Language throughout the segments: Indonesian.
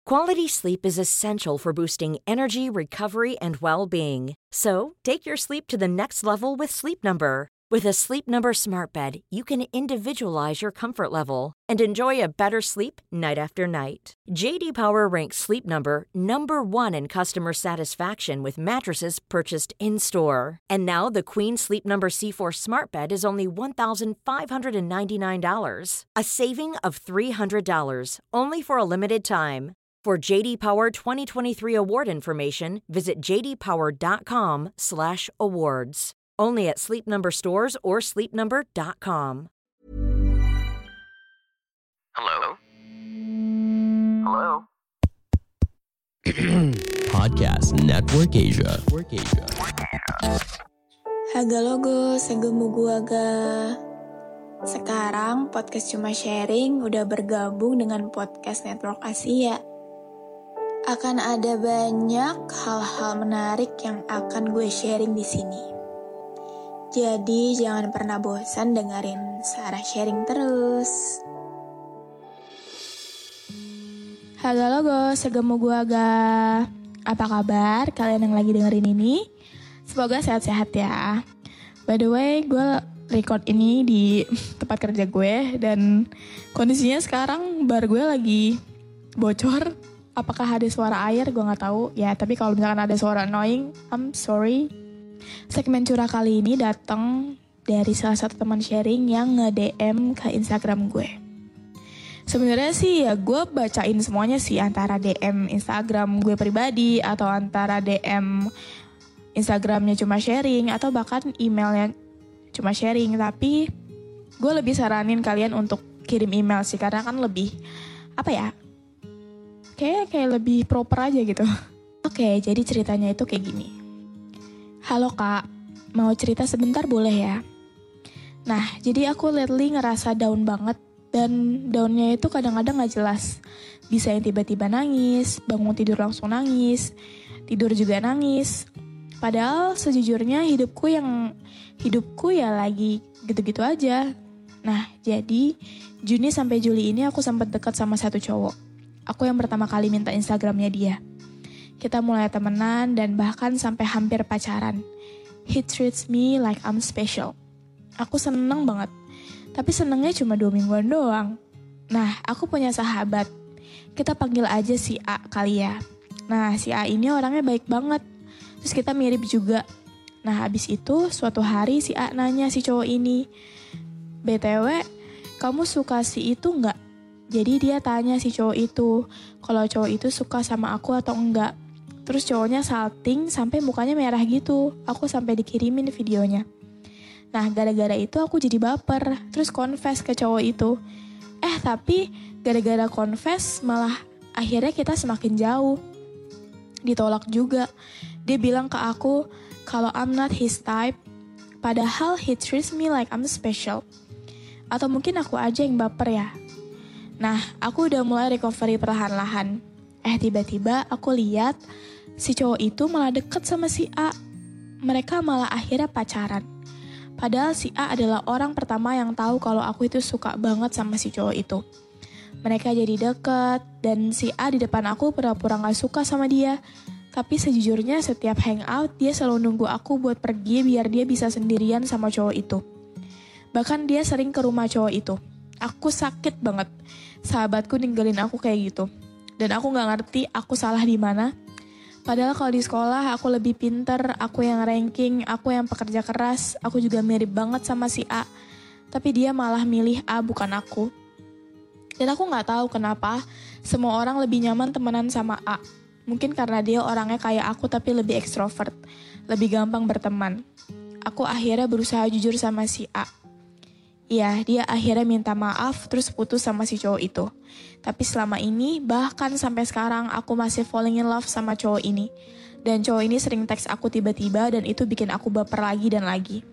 Quality sleep is essential for boosting energy, recovery, and well-being. So, take your sleep to the next level with Sleep Number. With a Sleep Number smart bed, you can individualize your comfort level and enjoy a better sleep night after night. J.D. Power ranks Sleep Number number 1 in customer satisfaction with mattresses purchased in-store. And now the Queen Sleep Number C4 smart bed is only $1,599, a saving of $300, only for a limited time. For JD Power 2023 award information, visit jdpower.com/awards. Only at Sleep Number stores or sleepnumber.com. Hello? Hello? Podcast Network Asia. Haga logo, segemu guaga. Sekarang podcast Cuma Sharing udah bergabung dengan Podcast Network Asia. Akan ada banyak hal-hal menarik yang akan gue sharing di sini. Jadi jangan pernah bosan dengerin Sarah sharing terus. Halo logo, segemu guaga. Apa kabar kalian yang lagi dengerin ini? Semoga sehat-sehat ya. By the way, gue record ini di tempat kerja gue dan kondisinya sekarang bar gue lagi bocor. Apakah ada suara air? Gue gak tahu. Ya, tapi kalau misalkan ada suara annoying, I'm sorry. Segmen curah kali ini datang dari salah satu teman sharing yang nge-DM ke Instagram gue. Sebenarnya sih ya gue bacain semuanya sih, antara DM Instagram gue pribadi atau antara DM Instagramnya Cuma Sharing atau bahkan emailnya Cuma Sharing. Tapi gue lebih saranin kalian untuk kirim email sih, karena kan lebih apa ya, kayak lebih proper aja gitu. Oke, jadi ceritanya itu kayak gini. Halo kak, mau cerita sebentar boleh ya? Nah, jadi aku lately ngerasa down banget. Dan downnya itu kadang-kadang gak jelas. Bisa yang tiba-tiba nangis, bangun tidur langsung nangis, tidur juga nangis. Padahal sejujurnya hidupku ya lagi gitu-gitu aja. Nah, jadi Juni sampai Juli ini aku sempat dekat sama satu cowok. Aku yang pertama kali minta Instagramnya dia. Kita mulai temenan dan bahkan sampai hampir pacaran. He treats me like I'm special. Aku seneng banget. Tapi senengnya cuma 2 mingguan doang. Nah, aku punya sahabat. Kita panggil aja si A kali ya. Nah, si A ini orangnya baik banget. Terus kita mirip juga. Nah, habis itu suatu hari si A nanya si cowok ini, BTW, kamu suka si itu nggak? Jadi dia tanya si cowok itu, kalau cowok itu suka sama aku atau enggak. Terus cowoknya salting sampai mukanya merah gitu. Aku sampai dikirimin videonya. Nah, gara-gara itu aku jadi baper, terus confess ke cowok itu. Tapi gara-gara confess malah akhirnya kita semakin jauh. Ditolak juga. Dia bilang ke aku kalau I'm not his type, padahal he treats me like I'm special. Atau mungkin aku aja yang baper ya. Nah, aku udah mulai recovery perlahan-lahan. Tiba-tiba aku lihat si cowok itu malah deket sama si A. Mereka malah akhirnya pacaran. Padahal si A adalah orang pertama yang tahu kalau aku itu suka banget sama si cowok itu. Mereka jadi deket dan si A di depan aku pura-pura gak suka sama dia. Tapi sejujurnya setiap hangout dia selalu nunggu aku buat pergi biar dia bisa sendirian sama cowok itu. Bahkan dia sering ke rumah cowok itu. Aku sakit banget. Sahabatku ninggalin aku kayak gitu. Dan aku gak ngerti aku salah di mana. Padahal kalau di sekolah aku lebih pinter, aku yang ranking, aku yang pekerja keras, aku juga mirip banget sama si A. Tapi dia malah milih A bukan aku. Dan aku gak tahu kenapa semua orang lebih nyaman temenan sama A. Mungkin karena dia orangnya kayak aku tapi lebih ekstrovert, lebih gampang berteman. Aku akhirnya berusaha jujur sama si A. Iya, dia akhirnya minta maaf terus putus sama si cowok itu. Tapi selama ini, bahkan sampai sekarang aku masih falling in love sama cowok ini. Dan cowok ini sering teks aku tiba-tiba dan itu bikin aku baper lagi dan lagi.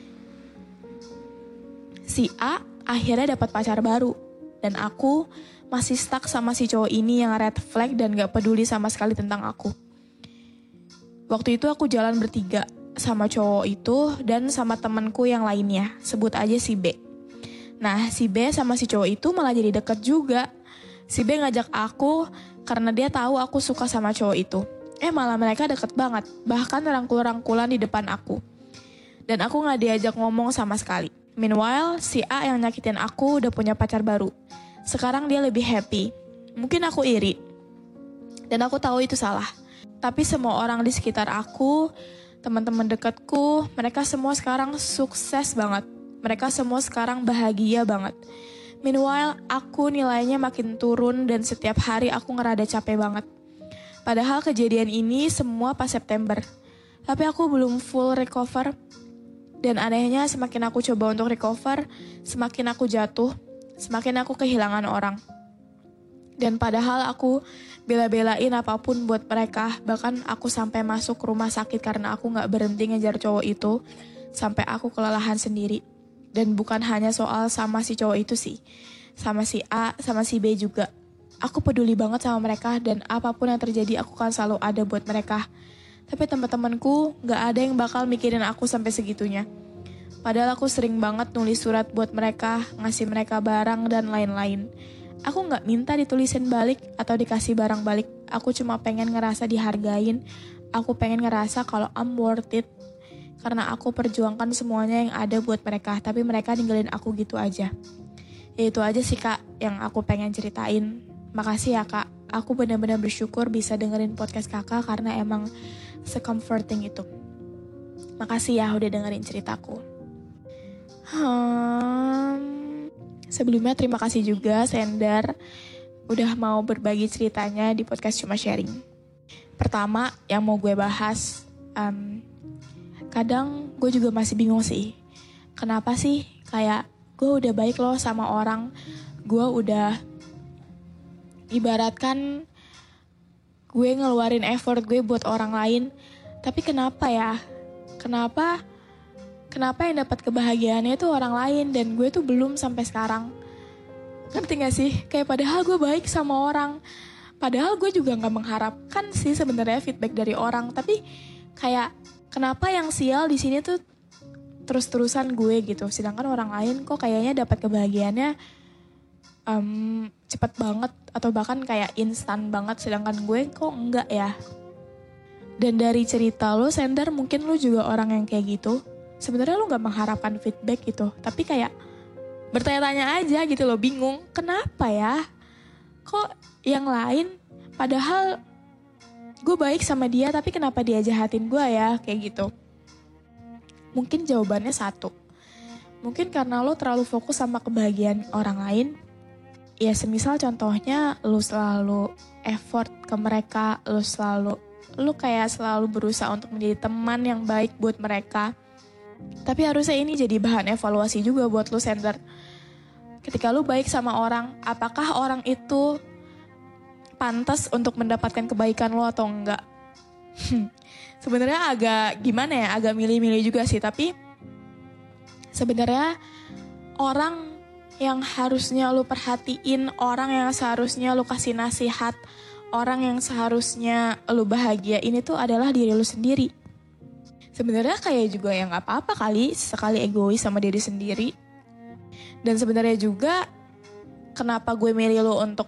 Si A akhirnya dapat pacar baru. Dan aku masih stuck sama si cowok ini yang red flag dan gak peduli sama sekali tentang aku. Waktu itu aku jalan bertiga sama cowok itu dan sama temanku yang lainnya, sebut aja si B. Nah, si B sama si cowok itu malah jadi deket juga. Si B ngajak aku karena dia tahu aku suka sama cowok itu. Malah mereka deket banget, bahkan rangkul-rangkulan di depan aku. Dan aku gak diajak ngomong sama sekali. Meanwhile, si A yang nyakitin aku udah punya pacar baru. Sekarang dia lebih happy. Mungkin aku iri. Dan aku tahu itu salah. Tapi semua orang di sekitar aku, teman-teman dekatku, mereka semua sekarang sukses banget. Mereka semua sekarang bahagia banget. Meanwhile, aku nilainya makin turun dan setiap hari aku ngerada capek banget. Padahal kejadian ini semua pas September. Tapi aku belum full recover. Dan anehnya semakin aku coba untuk recover, semakin aku jatuh, semakin aku kehilangan orang. Dan padahal aku bela-belain apapun buat mereka. Bahkan aku sampai masuk rumah sakit karena aku gak berhenti ngejar cowok itu. Sampai aku kelelahan sendiri. Dan bukan hanya soal sama si cowok itu sih. Sama si A, sama si B juga. Aku peduli banget sama mereka dan apapun yang terjadi aku kan selalu ada buat mereka. Tapi teman-temanku gak ada yang bakal mikirin aku sampai segitunya. Padahal aku sering banget nulis surat buat mereka, ngasih mereka barang dan lain-lain. Aku gak minta ditulisin balik atau dikasih barang balik. Aku cuma pengen ngerasa dihargain. Aku pengen ngerasa kalau I'm worth it. Karena aku perjuangkan semuanya yang ada buat mereka. Tapi mereka ninggalin aku gitu aja. Ya itu aja sih kak yang aku pengen ceritain. Makasih ya kak. Aku benar-benar bersyukur bisa dengerin podcast kakak karena emang se-comforting itu. Makasih ya udah dengerin ceritaku. Sebelumnya terima kasih juga Sender udah mau berbagi ceritanya di podcast Cuma Sharing. Pertama yang mau gue bahas, kadang gue juga masih bingung sih. Kenapa sih kayak gue udah baik loh sama orang, gue udah ibaratkan gue ngeluarin effort gue buat orang lain, tapi kenapa ya? Kenapa yang dapat kebahagiaannya itu orang lain dan gue tuh belum sampai sekarang? Ngerti gak sih? Kayak padahal gue baik sama orang. Padahal gue juga gak mengharapkan sih sebenarnya feedback dari orang. Tapi kayak kenapa yang sial di sini tuh terus-terusan gue gitu. Sedangkan orang lain kok kayaknya dapat kebahagiaannya cepet banget. Atau bahkan kayak instan banget. Sedangkan gue kok enggak ya. Dan dari cerita lo Sender mungkin lo juga orang yang kayak gitu. Sebenarnya lo gak mengharapkan feedback gitu. Tapi kayak bertanya-tanya aja gitu loh, bingung. Kenapa ya? Kok yang lain padahal gue baik sama dia tapi kenapa dia jahatin gue ya? Kayak gitu. Mungkin jawabannya satu. Mungkin karena lo terlalu fokus sama kebahagiaan orang lain. Ya semisal contohnya lo selalu effort ke mereka. Lo kayak selalu berusaha untuk menjadi teman yang baik buat mereka. Tapi harusnya ini jadi bahan evaluasi juga buat lu Sender. Ketika lu baik sama orang, apakah orang itu pantas untuk mendapatkan kebaikan lu atau enggak? Sebenarnya agak gimana ya, agak milih-milih juga sih. Tapi sebenarnya orang yang harusnya lu perhatiin, orang yang seharusnya lu kasih nasihat, orang yang seharusnya lu bahagia, ini tuh adalah diri lu sendiri. Sebenarnya kayak juga ya gak apa-apa kali sekali egois sama diri sendiri. Dan sebenarnya juga kenapa gue milih lo untuk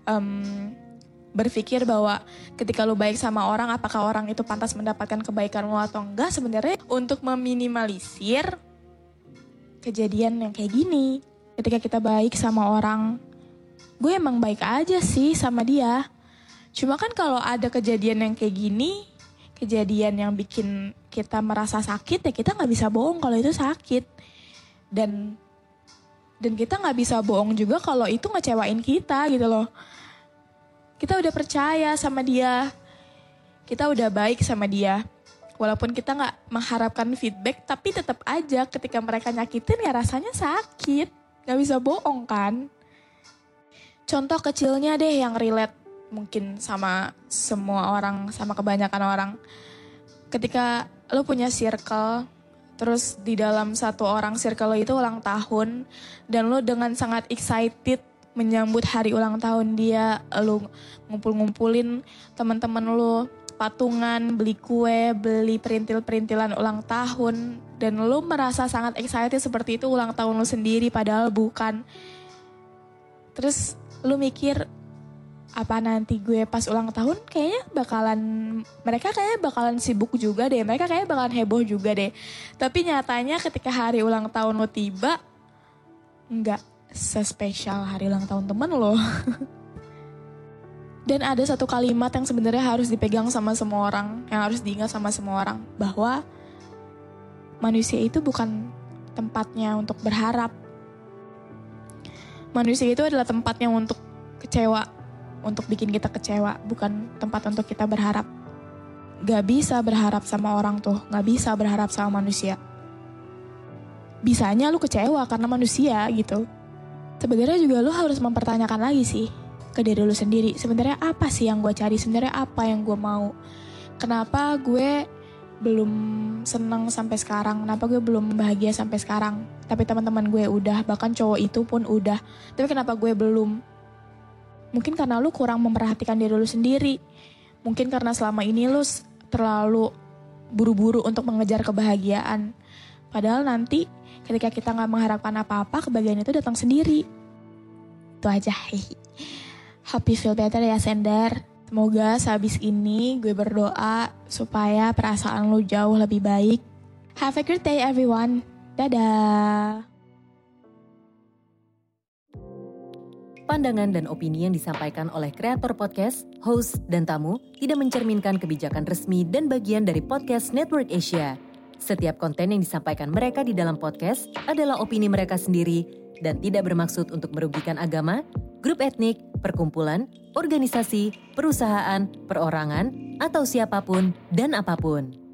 berpikir bahwa ketika lo baik sama orang, apakah orang itu pantas mendapatkan kebaikan lo atau enggak. Sebenarnya untuk meminimalisir kejadian yang kayak gini. Ketika kita baik sama orang, gue emang baik aja sih sama dia. Cuma kan kalau ada kejadian yang kayak gini, kejadian yang bikin kita merasa sakit, ya kita gak bisa bohong kalau itu sakit. Dan kita gak bisa bohong juga kalau itu ngecewain kita gitu loh. Kita udah percaya sama dia, kita udah baik sama dia. Walaupun kita gak mengharapkan feedback, tapi tetap aja ketika mereka nyakitin ya rasanya sakit. Gak bisa bohong kan. Contoh kecilnya deh yang relate mungkin sama semua orang, sama kebanyakan orang. Ketika lo punya circle, terus di dalam satu orang circle lo itu ulang tahun, dan lo dengan sangat excited menyambut hari ulang tahun dia, lo ngumpul-ngumpulin teman-teman lo, patungan, beli kue, beli perintil-perintilan ulang tahun, dan lo merasa sangat excited seperti itu ulang tahun lo sendiri, padahal bukan. Terus lo mikir, apa nanti gue pas ulang tahun mereka kayaknya bakalan sibuk juga deh. Mereka kayaknya bakalan heboh juga deh. Tapi nyatanya ketika hari ulang tahun lo tiba, nggak sespesial hari ulang tahun temen lo. Dan ada satu kalimat yang sebenarnya harus dipegang sama semua orang, yang harus diingat sama semua orang, bahwa manusia itu bukan tempatnya untuk berharap. Manusia itu adalah tempatnya untuk kecewa, untuk bikin kita kecewa, bukan tempat untuk kita berharap. Gak bisa berharap sama orang tuh, gak bisa berharap sama manusia. Bisanya lu kecewa karena manusia gitu. Sebenarnya juga lu harus mempertanyakan lagi sih ke diri lu sendiri. Sebenarnya apa sih yang gue cari? Sebenarnya apa yang gue mau? Kenapa gue belum senang sampai sekarang? Kenapa gue belum bahagia sampai sekarang? Tapi teman-teman gue udah, bahkan cowok itu pun udah. Tapi kenapa gue belum? Mungkin karena lu kurang memperhatikan diri lu sendiri. Mungkin karena selama ini lu terlalu buru-buru untuk mengejar kebahagiaan. Padahal nanti ketika kita gak mengharapkan apa-apa, kebahagiaan itu datang sendiri. Itu aja. Hope you feel better ya, Sender. Semoga sehabis ini gue berdoa supaya perasaan lu jauh lebih baik. Have a great day everyone. Dadah. Pandangan dan opini yang disampaikan oleh kreator podcast, host, dan tamu tidak mencerminkan kebijakan resmi dan bagian dari podcast Network Asia. Setiap konten yang disampaikan mereka di dalam podcast adalah opini mereka sendiri dan tidak bermaksud untuk merugikan agama, grup etnik, perkumpulan, organisasi, perusahaan, perorangan, atau siapapun dan apapun.